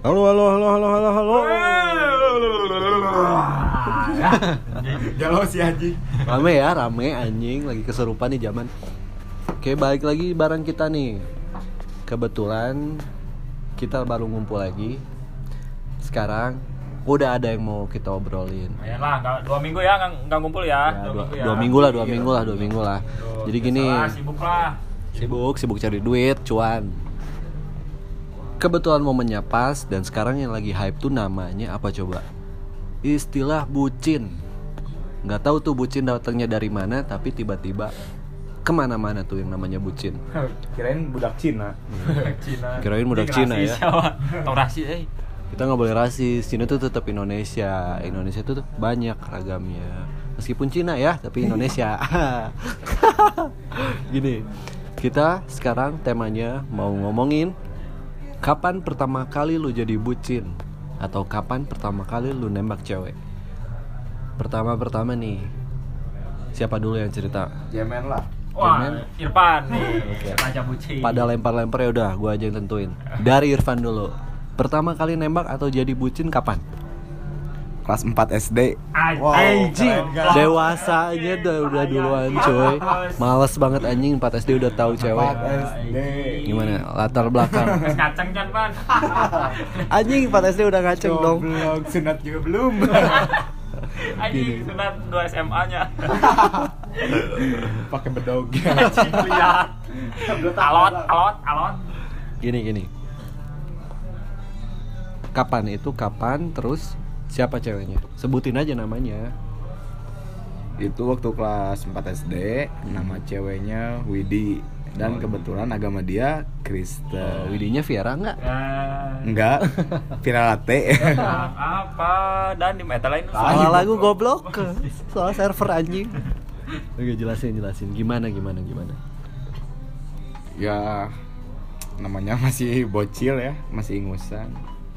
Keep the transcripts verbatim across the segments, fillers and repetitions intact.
Halo halo halo halo halo halo. Galau si anjing. Rame ya, rame anjing, lagi keserupan nih zaman. Oke, balik lagi bareng kita nih. Kebetulan kita baru ngumpul lagi. Sekarang udah ada yang mau kita obrolin. Ayolah, nggak dua minggu ya, nggak nggak ngumpul ya. Ya, dua, dua, minggu ya. dua minggu lah, dua minggu lah, dua minggu lah. Duh, Jadi gini, salah, sibuk lah. sibuk, sibuk cari duit, cuan. Kebetulan momennya pas dan sekarang yang lagi hype tuh namanya apa coba? Istilah bucin. Nggak tahu tuh bucin datangnya dari mana, tapi tiba-tiba kemana-mana tuh yang namanya bucin. Kirain budak Cina. Cina. Kirain budak Ini Cina ya. rasis, Jawa. Tau rasis, eh. Kita nggak boleh rasis. Cina tuh tetap Indonesia. Indonesia tuh banyak ragamnya. Meskipun Cina ya, tapi Indonesia. Gini, kita sekarang temanya mau ngomongin kapan pertama kali lu jadi bucin atau kapan pertama kali lu nembak cewek. Pertama-pertama nih, siapa dulu yang cerita? Jemen lah. Wah, Jemen. Irfan nih. Raja bucin. Pada lempar-lempar ya udah, gua aja yang tentuin. Dari Irfan dulu. Pertama kali nembak atau jadi bucin kapan? Kelas empat S D. Wow, Anjing, keren, keren. dewasanya udah udah duluan coy. Males banget anjing, empat S D udah tahu cewek. empat S D. Gimana latar belakang? Terus kacang kan, Pan. Anjing empat S D udah ngaceng dong. Goblok, sunat juga belum. Anjing, sunat dua S M A-nya. Pakai bedog. Anjing lihat. Alot, alot, alot. Gini gini. Kapan itu kapan terus siapa ceweknya? Sebutin aja namanya. Itu waktu kelas empat S D, nama ceweknya Widi. Dan kebetulan agama dia Kristen. Widinya Viera enggak? Ya. Enggak, Viralate. Nah, apa? Dan di meta lain Salah lagu goblok. Soal server anjing. Oke, jelasin jelasin. Gimana gimana gimana? Ya, namanya masih bocil ya, masih ingusan.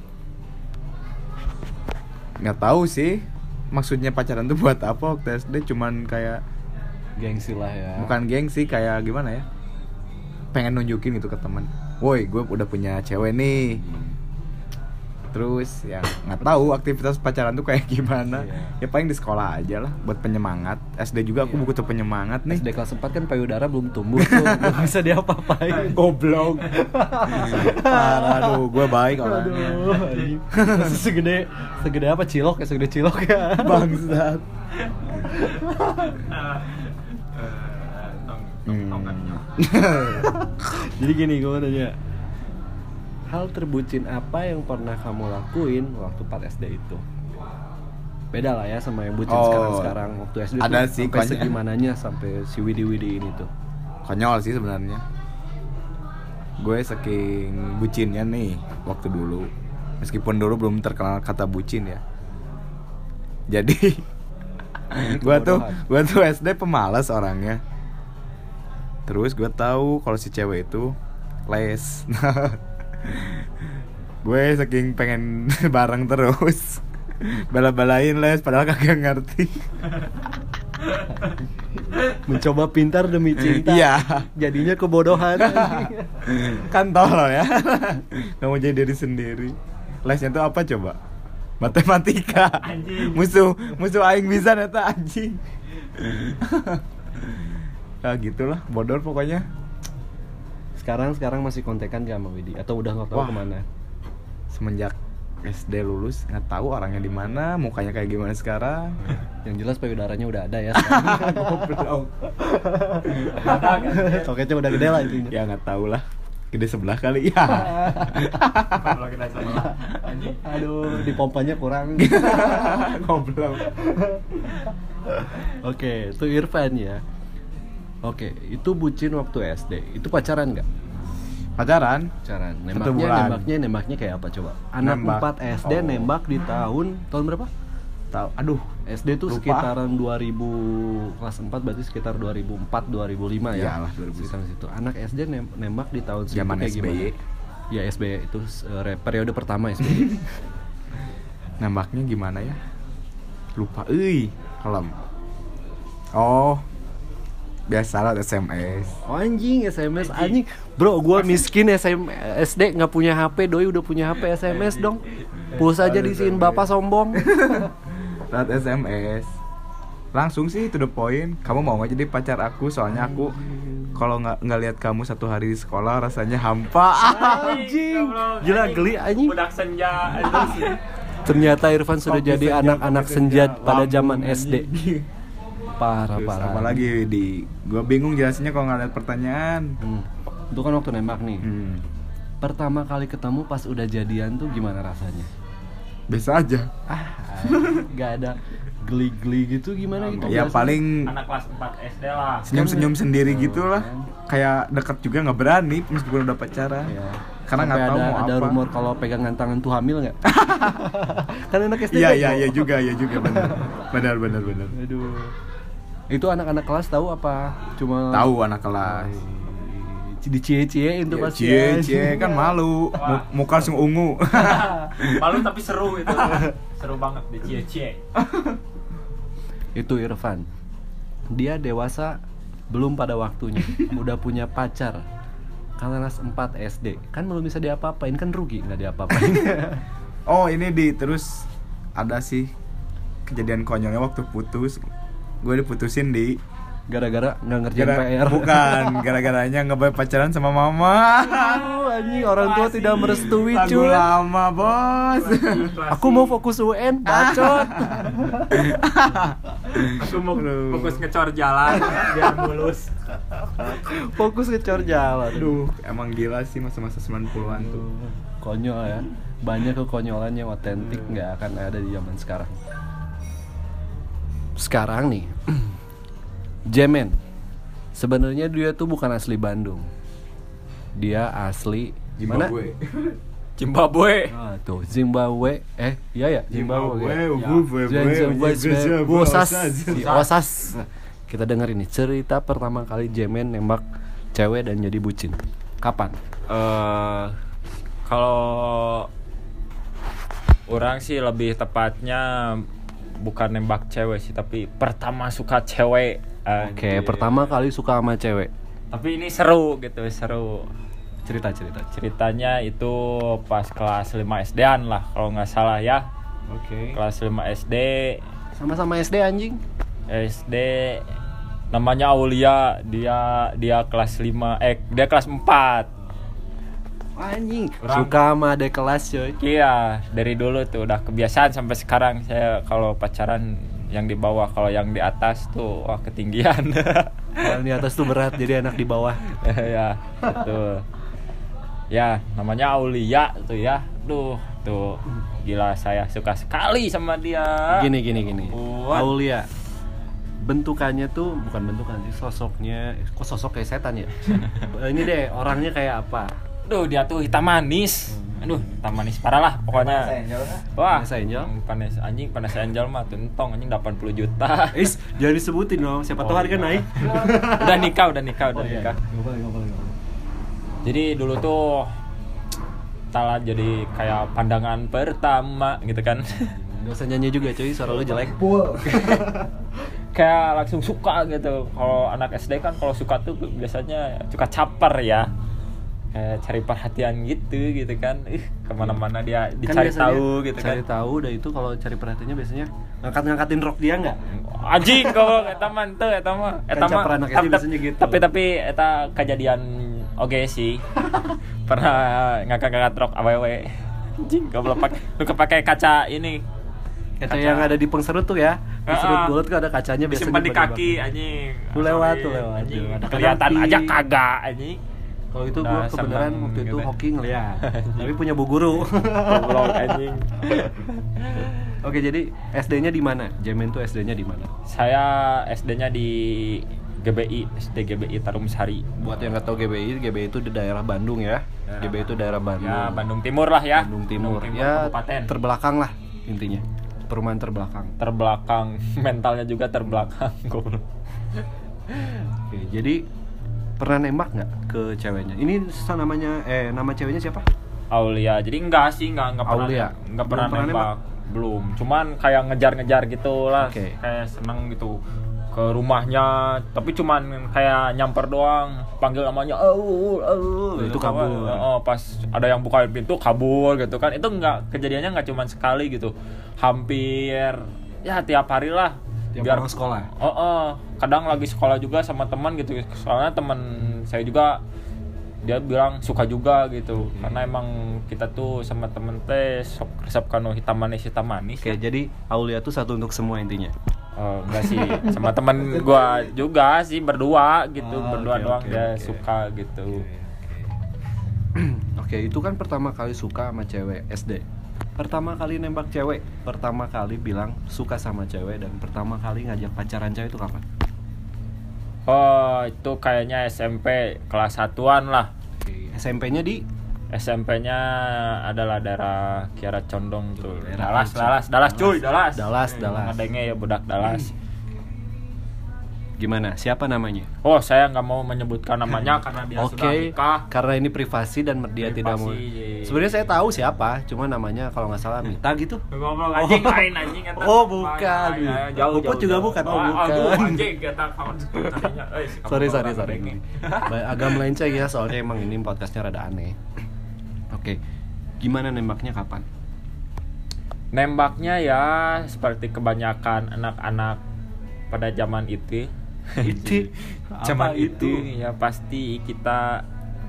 Nggak tahu sih maksudnya pacaran tuh buat apa waktu S D, cuman kayak Gengsi lah ya. bukan gengsi, kayak gimana ya, pengen nunjukin gitu ke teman, woi gue udah punya cewek nih. Terus ya nggak tahu aktivitas pacaran tuh kayak gimana. Iya. Ya paling di sekolah aja lah buat penyemangat. S D juga aku Iya. butuh penyemangat nih. S D kelas empat kan payudara belum tumbuh tuh. Belum bisa diapa-apain. Goblok. Parah, aduh, gue baik orangnya. Aduh, anjing. Masih segede segede apa cilok ya, segede cilok ya. Bangsat. Tong- tongkatnya. Jadi gini, gue mau nanya, hal terbucin apa yang pernah kamu lakuin waktu empat S D itu? Beda lah ya sama yang bucin Oh, sekarang-sekarang. Waktu S D ada tuh sih, sampai konyol. segimananya sampai si Widi-Widi ini tuh. Konyol sih sebenarnya. Gue saking bucinnya nih waktu dulu. Meskipun dulu belum terkenal kata bucin ya. Jadi gue tuh gue tuh S D pemalas orangnya. Terus gue tahu kalau si cewek itu les. Gue saking pengen bareng terus, bala-balain les padahal kagak ngerti. Mencoba pintar demi cinta. Iya. Jadinya kebodohan. Kan tolol ya. Nggak mau jadi diri sendiri. Lesnya tuh apa coba? Matematika. Anjing. Musuh musuh aing bisa neta anjing. Nah gitulah, bodor pokoknya. Sekarang sekarang masih kontekan gak sama Widi atau udah nggak tahu Wah. kemana? Semenjak S D lulus nggak tahu orangnya di mana, mukanya kayak gimana sekarang. Yang jelas payudaranya udah ada ya. Goblok. Toketnya udah gede lah intinya. Ya nggak tahu lah. Gede sebelah kali ya. Kalau kita sama anjing. Aduh, di pompanya kurang. Goblok. Oke, itu Irfan ya. Oke, itu bucin waktu S D. Itu pacaran nggak? Pacaran? Pacaran. Satu Nembaknya, bulan. nembaknya, nembaknya kayak apa coba? Anak Nembak. empat S D Oh. nembak di tahun tahun berapa? Tahu. Aduh. S D tuh Lupa. sekitaran dua ribu, kelas empat berarti sekitar dua ribu empat dua ribu lima ya. Iyalah, dua ribu. Sekitar situ. Anak S D nem- nembak di tahun segitu Zaman kayak S B Y. gimana? Ya S B Y itu uh, periode pertama S B Y. Nembaknya gimana ya? Lupa. Euy, kalem. Oh. Biasa lah S M S. Oh, anjing S M S anjing. Bro, gua miskin S M S D enggak punya H P, doi udah punya H P S M S dong. Pulsa aja disiin bapak sombong. Lewat S M S. Langsung sih to the point. Kamu mau nggak jadi pacar aku? Soalnya aku kalau nggak nggak lihat kamu satu hari di sekolah rasanya hampa. Anjing. Gila geli anjing. Budak senja. Ternyata Irfan sudah Kopi jadi senja, anak-anak kopi senja senja. pada Lambung, zaman S D. anjing. Parah Terus parah. apa lagi di? Gua bingung jelasinnya kalau nggak lihat pertanyaan. Hmm. Itu kan waktu nembak nih. Hmm. Pertama kali ketemu pas udah jadian tuh gimana rasanya? Biasa aja. Ah, nggak ada geli-geli gitu gimana gitu? Ya biasa? paling Anak kelas empat S D lah. senyum-senyum sendiri Oh, gitu lah. kan. Kayak dekat juga nggak berani meskipun udah pacaran. Ya. Karena nggak Sampai tahu ada, mau ada apa. rumor kalau pegangan tangan tuh hamil nggak? Kan anak S D. Iya bego. iya iya juga iya juga benar. Benar benar benar. Aduh. Itu anak-anak kelas tahu apa? Cuma Tahu anak kelas. dicie-ciein tuh Ya, pasti. cie cie kan malu. Wah. Mu- Muka langsung ungu. Malu tapi seru itu. Seru banget di cie-cie. Itu Irfan. Dia dewasa belum pada waktunya. Udah punya pacar. Kelas empat S D. Kan belum bisa diapa-apain, kan rugi nggak diapa-apain. Oh ini di terus ada sih kejadian konyolnya waktu putus. Gue diputusin di Gara-gara nggak ngerjain gara- P R. bukan gara-garanya nggak boleh pacaran sama mama. Aduh, anjing orang tua Masih. tidak merestui Lagu cuy. lama bos. Aku mau fokus U N, bacot. Aku mau Aduh. fokus ngecor jalan biar mulus. Fokus ngecor jalan. Aduh emang gila sih masa-masa sembilan puluhan tuh. Konyol ya. Banyak kekonyolan yang otentik nggak akan ada di zaman sekarang. Sekarang nih, Jemen. Sebenarnya dia tuh bukan asli Bandung. Dia asli gimana? Zimbabwe. Ah, tuh Zimbabwe. Eh, iya ya, Zimbabwe. Zimbabwe, Ya. Zimbabwe, Zimbabwe, Zimbabwe, Osas, Osas. si Osas. Kita denger ini cerita pertama kali Jemen nembak cewek dan jadi bucin. Kapan? Eh kalau orang sih lebih tepatnya bukan nembak cewek sih, tapi pertama suka cewek. Oke, Anjir. pertama kali suka sama cewek. Tapi ini seru gitu, seru. Cerita-cerita. Ceritanya itu pas kelas lima S D-an lah kalau nggak salah ya. Oke. Kelas lima S D. Sama-sama S D anjing. S D namanya Aulia, dia dia kelas lima, eh dia kelas empat. Anjing. Orang- Suka sama adek kelas coy. Iya, dari dulu tuh udah kebiasaan sampai sekarang saya kalau pacaran yang di bawah, kalau yang di atas tuh wah ketinggian. Yang di atas tuh berat jadi anak di bawah. Ya, betul. Ya, namanya Aulia tuh ya. Duh, tuh gila saya suka sekali sama dia. Gini gini gini. Buat. Aulia. Bentukannya tuh bukan bentukan sih, sosoknya. Kok sosok kayak setan ya? Ini deh, orangnya kayak apa? Duh, dia tuh hitam manis. Aduh, hitam manis parah lah pokoknya. Wah, Vanessa Angel? panas anjing, panas Angel mah tuntong anjing delapan puluh juta. Is, jangan disebutin dong. Siapa tahu Oh, harga iya. naik. Udah nikah, udah nikah, udah Oh, iya. nikah. Nggak boleh, nggak boleh, nggak boleh. Jadi dulu tuh salah jadi kayak pandangan pertama gitu kan. Gak usah nyanyi juga cuy, suara lu jelek. Kayak langsung suka gitu. Kalau anak S D kan kalau suka tuh biasanya suka caper ya. Kayak cari perhatian gitu gitu kan. Ih, kemana-mana dia dicari biasanya tahu gitu kan. Cari tahu udah itu kalau cari perhatiannya biasanya ngangkat-ngangkatin rok dia enggak? Anjing kalau eta mah teu eta mah eta Kan mah caper anak S D tapi- biasanya gitu. Tapi tapi eta kejadian oke sih. Pernah ngangkat-ngangkat rok awewe. Anjing goblok pakai lu kepake kaca ini. Kaca yang ada di pengserut tuh ya. Pengserut Ah, ah. bulat tuh ada kacanya biasanya. Disimpan di pada kaki belakang. anjing. Lu lewat, Sorry, tuh lewat. anjing. Tuh, ada Kelihatan penalti. aja kagak anjing. Kalau itu Udah gua kebenaran seneng waktu itu gitu. hoki ngeliat. Tapi punya bu guru. Goblok anjing. Oke, jadi S D-nya di mana? Jemen tuh S D-nya di mana? Saya S D-nya di G B I, S D G B I Tarumsari. Buat yang nggak tahu G B I, G B I itu di daerah Bandung ya. Daerah G B I itu daerah Bandung. Ya, Bandung Timur lah ya. Bandung Timur. Ya, Kabupaten. terbelakang lah intinya. Perumahan terbelakang. Terbelakang, mentalnya juga terbelakang. Goblok. Oke, jadi pernah nembak nggak ke ceweknya? Ini sa- namanya eh nama ceweknya siapa? Aulia. Jadi enggak sih, enggak enggak pernah Aulia. enggak pernah Belum pernah nembak. Belum. Cuman kayak ngejar-ngejar gitu lah. Oke. Kayak seneng gitu. ke rumahnya, tapi cuman kayak nyamper doang, panggil namanya, oh, oh, itu kabur. Oh, pas ada yang bukain pintu kabur gitu kan. Itu nggak, kejadiannya nggak cuman sekali gitu, hampir ya tiap hari lah. Tiap Biar orang sekolah. Oh, oh, kadang lagi sekolah juga sama teman gitu, soalnya teman saya juga dia bilang suka juga gitu, hmm. karena emang kita tuh sama temen teh sok resep kanu hitam manis hitam manis. Oke, ya. Jadi Aulia tuh satu untuk semua intinya. Oh, enggak sih, sama temen gua juga sih, berdua gitu, oh, berdua okay, doang okay, dia okay. suka gitu. Oke, okay, okay, itu kan pertama kali suka sama cewek S D. Pertama kali nembak cewek, pertama kali bilang suka sama cewek, dan pertama kali ngajak pacaran cewek itu kapan? Oh, itu kayaknya S M P kelas satuan lah. Oke, okay. S M P-nya di? S M P-nya adalah daerah Kiara Condong tuh. Daerah Dallas, Dallas, Dallas, cuy, Dallas. Dallas, Dallas. Ngadengnya ya budak Dallas. Gimana? Siapa namanya? Oh, saya nggak mau menyebutkan namanya karena dia Oke, sudah nikah. karena ini privasi dan dia Privasi. tidak mau. Sebenarnya saya tahu siapa, cuma namanya kalau nggak salah Mita gitu. Ngomong anjing lain anjing eta. Oh, bukan. Ya, jauh, Puput jauh, juga jauh. bukan. Oh, Ah, bukan. aduh, anjing kita kawan tadinya. Eh, si kamu Sorry, sorry, orang sorry. dengeng. Ba- Agak melenceng ya, soalnya emang ini podcastnya rada aneh. Oke, gimana nembaknya kapan? Nembaknya ya seperti kebanyakan anak-anak pada zaman itu. Itu Zaman apa itu itu? ya pasti kita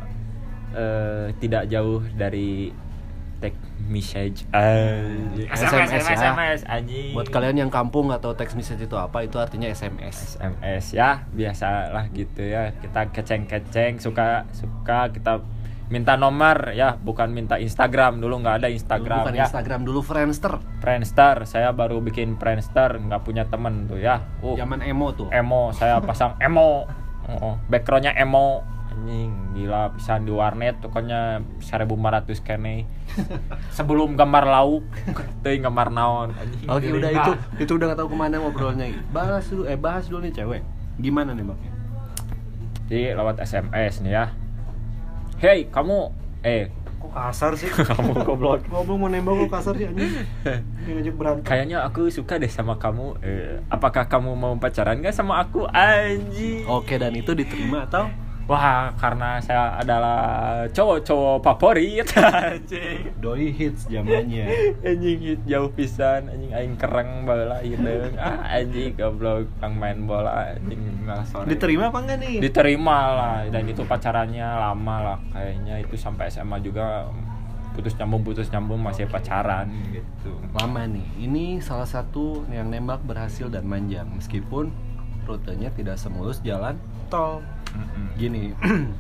eh, tidak jauh dari text message. Eh, S M S ya. S M S anjing. Buat kalian yang kampung atau text message itu apa? Itu artinya S M S. S M S ya, biasalah gitu ya. Kita keceng-keceng, suka suka kita minta nomor ya, bukan minta Instagram. Dulu nggak ada Instagram. Bukan ya. Instagram, dulu Friendster. Friendster, saya baru bikin Friendster, nggak punya temen tuh ya. Uh, Zaman emo tuh. emo, saya pasang emo. Oh, backgroundnya emo. Anjing, gila pisan di warnet pokoknya seribu lima ratus kene. Sebelum gambar lauk, teuing gambar naon anjing. Oke, udah itu itu udah nggak tahu kemana ngobrolnya. Bahas dulu, eh bahas dulu nih cewek. Gimana nembaknya? Jadi lewat S M S nih ya. Hey, kamu eh Kok kasar sih? kamu goblok. Ngomong mau nembak kok kasar sih anjing. Ini ngajak berantem. Kayaknya aku suka deh sama kamu. Eh, apakah kamu mau pacaran gak sama aku? Anjing. Oke, dan itu diterima atau? Wah, karena saya adalah cowok-cowok favorit anjing. Doi hits zamannya. Anjing hit jauh pisan, anjing aing kereng baheula hideung. Ah, anjing goblok kang main bola anjing nggak sore. Diterima apa enggak nih? Diterima lah, dan itu pacarannya lama lah kayaknya, itu sampai S M A juga putus nyambung putus nyambung masih pacaran gitu. Lama nih. Ini salah satu yang nembak berhasil dan manjang meskipun rutenya tidak semulus jalan tol. Gini,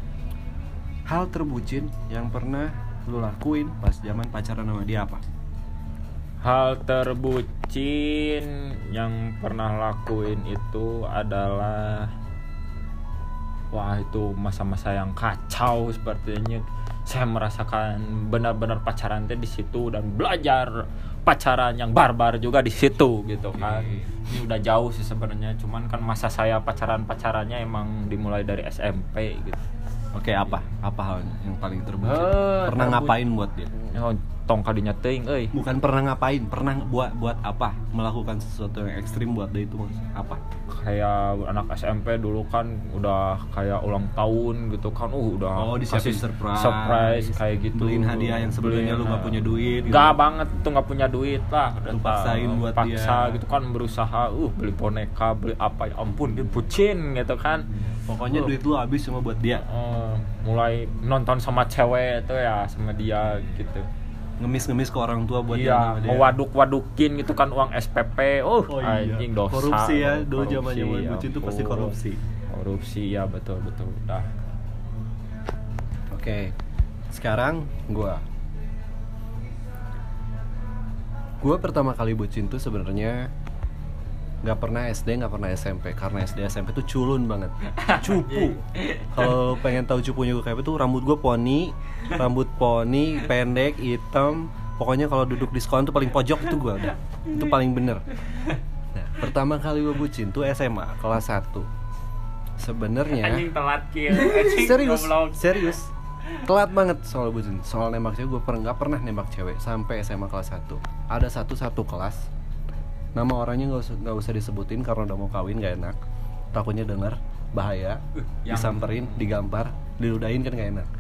hal terbucin yang pernah lu lakuin pas zaman pacaran sama dia apa? Hal terbucin yang pernah lakuin itu adalah, wah itu masa-masa yang kacau sepertinya. Saya merasakan benar-benar pacaran teh di situ dan belajar pacaran yang barbar juga di situ gitu kan. Ini udah jauh sih sebenarnya, cuman kan masa saya pacaran-pacarannya emang dimulai dari S M P gitu. Oke, apa? Apa halnya yang paling terbucin? Eh, pernah terbucin. ngapain buat dia? Oh, tong kadinya teuing euy. Bukan pernah ngapain, pernah buat buat apa? Melakukan sesuatu yang ekstrim buat dia itu maksudnya apa? Kayak anak S M P dulu kan udah kayak ulang tahun gitu kan, uh udah Oh, disiapin kasih surprise. surprise kayak gitu, Beliin hadiah yang sebelumnya Beliin, lu gak punya duit gitu. Gak banget tuh, gak punya duit lah. Lu paksain buat paksa dia. gitu kan, berusaha uh beli boneka, beli apa, ya ampun dia bucin gitu kan. Pokoknya Uh. duit lu habis cuma buat dia. Uh, mulai nonton sama cewek tuh ya sama dia gitu. Ngemis-ngemis ke orang tua buat Iya, dia. mewaduk-wadukin gitu kan uang S P P. Uh, Oh iya. anjing dosa. Korupsi ya, dulu Korupsi, zamannya ya bucin itu pasti ampun. korupsi. Korupsi ya, betul betul. Udah. Oke, sekarang gua gua pertama kali bucin tuh sebenarnya nggak pernah S D, nggak pernah S M P, karena S D S M P tuh culun banget, cupu. Kalau pengen tahu cupunya gue kayak apa tuh, rambut gue poni, rambut poni pendek hitam, pokoknya kalau duduk di sekolah tuh paling pojok itu gue udah, itu paling bener. Nah, pertama kali gue bucin tuh S M A kelas satu. Sebenarnya Anjing telat kill. serius, serius telat banget soal bucin, soal nembak cewek. Gue pernah nggak pernah nembak cewek sampai S M A kelas satu. Ada satu satu kelas, nama orangnya nggak usah nggak usah disebutin karena udah mau kawin, nggak enak. takutnya denger bahaya, Yang- disamperin, digampar, diludahin kan gak enak.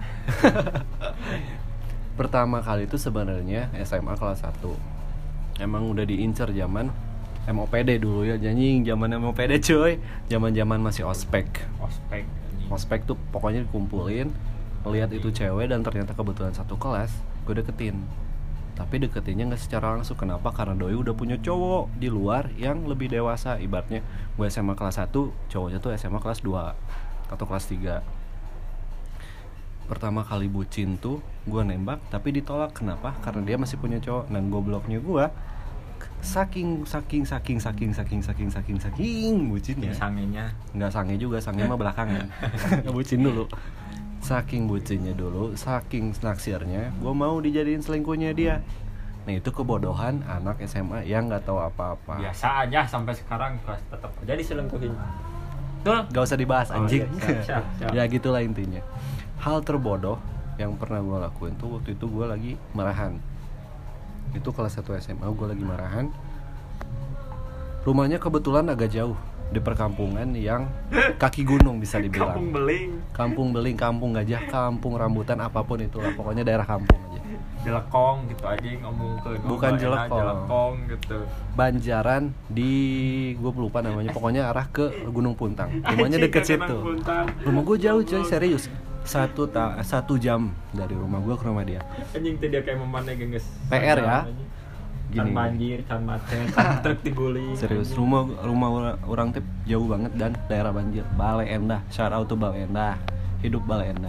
Pertama kali itu sebenarnya S M A kelas satu. Emang udah diincer zaman M O P D dulu ya, anjing, zaman M O P D cuy. Zaman-zaman masih ospek. Ospek anjing. Ospek tuh pokoknya dikumpulin, lihat itu cewek dan ternyata kebetulan satu kelas, gue deketin. Tapi deketinnya nggak secara langsung. Kenapa? Karena doi udah punya cowok di luar yang lebih dewasa. Ibaratnya gue S M A kelas satu, cowoknya tuh S M A kelas dua atau kelas tiga. Pertama kali bucin tuh gue nembak tapi ditolak. Kenapa? Karena dia masih punya cowok. Dan gobloknya gue saking saking saking saking saking saking saking saking bucinnya. Sangenya Nggak sange juga, sange mah belakangan. Bucin dulu. Saking bucinnya dulu, saking naksirnya, gue mau dijadiin selingkuhnya dia. Nah itu kebodohan anak S M A yang nggak tahu apa-apa. biasa aja sampai sekarang tetap aja diselingkuhin. Tuh. Gak usah dibahas Oh, anjing. iya, siap, siap, siap. Ya gitulah intinya. Hal terbodoh yang pernah gue lakuin tuh waktu itu gue lagi marahan. Itu kelas satu S M A, gue lagi marahan. Rumahnya kebetulan agak jauh di perkampungan yang kaki gunung bisa dibilang. Kampung Beling. Kampung Beling, kampung gajah, kampung rambutan, apapun itulah, pokoknya daerah kampung aja. Jelekong gitu aja ngomong ke Bukan Jelekong. Jelekong gitu. Banjaran di, gue lupa namanya, pokoknya arah ke Gunung Puntang. Rumahnya deket Anjing, situ. Gunung Puntang. Rumah gue jauh coy, serius. Satu ta satu jam dari rumah gue ke rumah dia. Anjing teh dia kayak memaneh genges. P R ya. Can Gini. banjir, can macet, can truk diguling. Serius, rumah rumah ora- orang tip jauh banget dan daerah banjir. Bale Endah, shout out to Bale Endah. Hidup Bale Endah.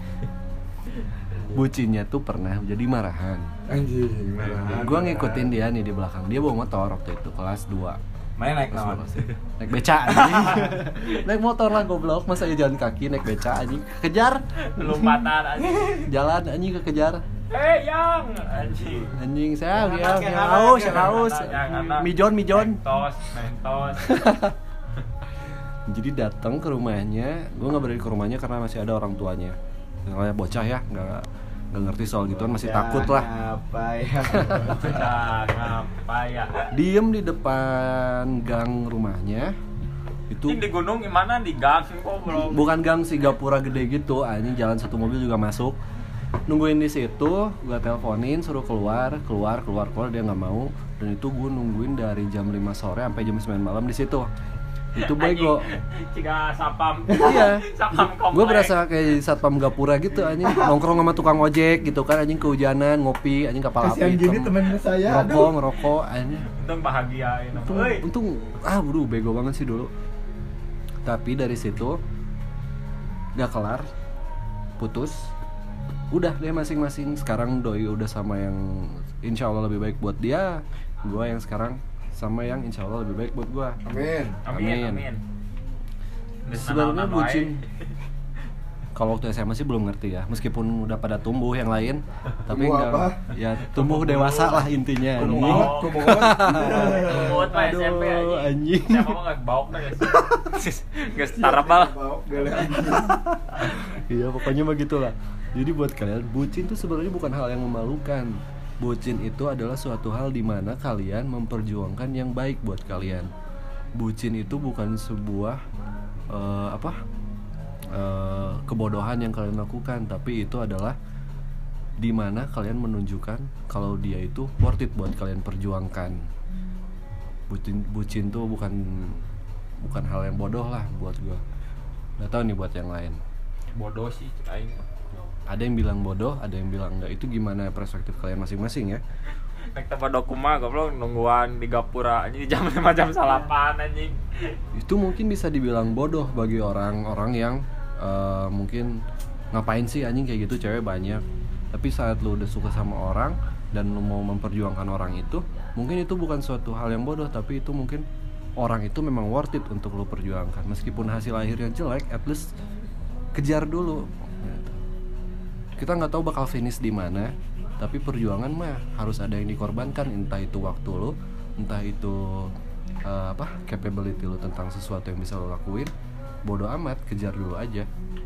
Bucinnya tuh pernah jadi marahan. Anjing, marah. Gue ngikutin dia nih di belakang. Dia bawa motor waktu itu kelas dua. Main naik Kelas naon? dua kelas- Naik beca anjing. Naik motor lah goblok, masa ya jalan kaki naik beca anjing. Kejar. Lompatan anjing. Jalan anjing kekejar. Eh, yang anjing. Anjing saya Yang ya, anak, yang yang anak, haus, yang yang haus. Yang anak. Mijon, mijon. Mentos, mentos. Jadi datang ke rumahnya, gue nggak berani ke rumahnya karena masih ada orang tuanya. Soalnya bocah ya, nggak nggak ngerti soal gituan, masih takut lah. Apa ya? Bocah ngapa ya? Diem di depan gang rumahnya. Itu Anjing di gunung gimana di gang kok bro? bukan gang sih, gapura gede gitu. Anjing jalan satu mobil juga masuk. Nungguin di situ, gue teleponin suruh keluar, keluar, keluar, keluar, dia nggak mau. Dan itu gue nungguin dari jam lima sore sampai jam sembilan malam di situ. Itu bego. Jika sapam. Iya. Sapam komplek. Gue berasa kayak satpam gapura gitu anjing, nongkrong sama tukang ojek gitu kan anjing, kehujanan, ngopi, anjing kapal Kasihan api. gini hitam. temen saya. Ngerokok, Aduh. ngerokok anjing. Untung bahagiain. Untung, Euy. untung ah bro, bego banget sih dulu. Tapi dari situ gak kelar, putus. Udah deh masing-masing. Sekarang doi udah sama yang insya Allah lebih baik buat dia. Gua yang sekarang sama yang insya Allah lebih baik buat gua. Amin. Amin, Amin. amin. Sebenarnya Nanaon bucin, wae. kalau waktu S M A sih belum ngerti ya, meskipun udah pada tumbuh yang lain, tapi Tumbuh enggak, apa? ya tumbuh dewasa lah intinya. Kumaha, anjing. kumaha. Buat mah S M P Aduh, anjing. anjing. Siapa mah enggak bauk dah guys. Geus tarabal. Bau, gele anjing. Iya pokoknya begitulah. Jadi buat kalian, bucin itu sebenarnya bukan hal yang memalukan. Bucin itu adalah suatu hal di mana kalian memperjuangkan yang baik buat kalian. Bucin itu bukan sebuah eh, apa eh, kebodohan yang kalian lakukan, tapi itu adalah di mana kalian menunjukkan kalau dia itu worth it buat kalian perjuangkan. Bucin bucin tuh bukan bukan hal yang bodoh lah buat gua. Nggak tahu nih buat yang lain. Bodoh sih cek aing. Ada yang bilang bodoh, ada yang bilang enggak. Itu gimana perspektif kalian masing-masing ya? Nek teu bodoh kumaha goblok nungguan di gapura anjing jam lima jam salapan anjing. Itu mungkin bisa dibilang bodoh bagi orang-orang yang uh, mungkin ngapain sih anjing kayak gitu, cewek banyak. Tapi saat lu udah suka sama orang dan lu mau memperjuangkan orang itu, mungkin itu bukan suatu hal yang bodoh, tapi itu mungkin orang itu memang worth it untuk lu perjuangkan. Meskipun hasil akhirnya jelek, at least kejar dulu. Gitu. Kita nggak tahu bakal finish di mana, tapi perjuangan mah harus ada yang dikorbankan, entah itu waktu lu, entah itu uh, apa capability lu tentang sesuatu yang bisa lu lakuin. Bodoh amat, kejar dulu aja.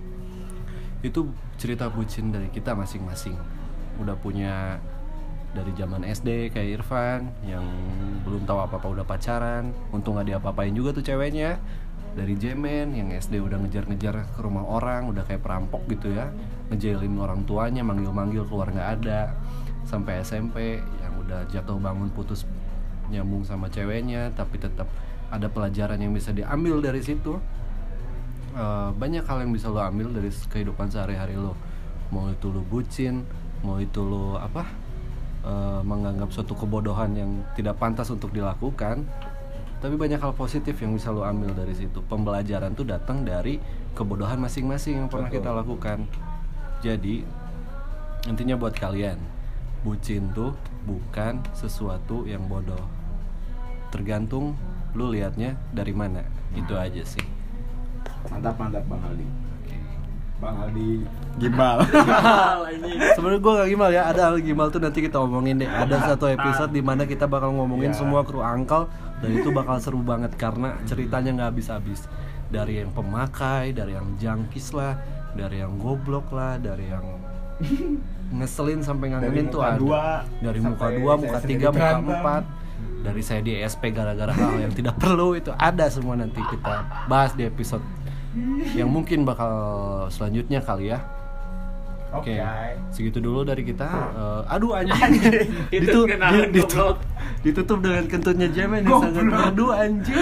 Itu cerita bucin dari kita masing-masing. Udah punya dari zaman S D kayak Irfan yang belum tahu apa-apa udah pacaran, untung gak diapa-apain juga tuh ceweknya. dari Jemen yang S D udah ngejar-ngejar ke rumah orang, udah kayak perampok gitu ya, ngejailin orang tuanya, manggil-manggil keluar nggak ada, sampai S M P yang udah jatuh bangun putus nyambung sama ceweknya, tapi tetap ada pelajaran yang bisa diambil dari situ. Uh, banyak hal yang bisa lo ambil dari kehidupan sehari-hari lo, mau itu lo bucin, mau itu lo apa uh, menganggap suatu kebodohan yang tidak pantas untuk dilakukan. Tapi banyak hal positif yang bisa lo ambil dari situ. Pembelajaran tuh datang dari kebodohan masing-masing yang pernah kita lakukan. Jadi intinya buat kalian, bucin tuh bukan sesuatu yang bodoh. Tergantung lu liatnya dari mana. Itu aja sih. Mantap mantap Bang Aldi. Bang Aldi gimbal. Sebenarnya gue gak gimbal ya, ada hal gimbal tuh nanti kita omongin deh. Ada satu episode di mana kita bakal ngomongin yeah. semua kru Uncle, dan itu bakal seru banget karena ceritanya nggak habis-habis. Dari yang pemakai, dari yang jangkis lah, dari yang goblok lah, dari yang ngeselin sampai ngangenin tuh ada. Dua, dari muka dua, muka tiga, muka empat. Dari saya di E S P gara-gara hal yang tidak perlu, itu ada semua, nanti kita bahas di episode yang mungkin bakal selanjutnya kali ya. Oke, okay. Segitu dulu dari kita. Uh, aduh anjing, Ditu, ditutup, ditutup dengan kentutnya Jemen yang sangat aduh anjing.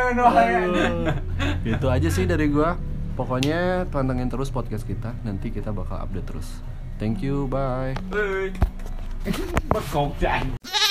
Itu aja sih dari gua. Pokoknya pantengin terus podcast kita. Nanti kita bakal update terus. Thank you, bye. Bất cột chạy.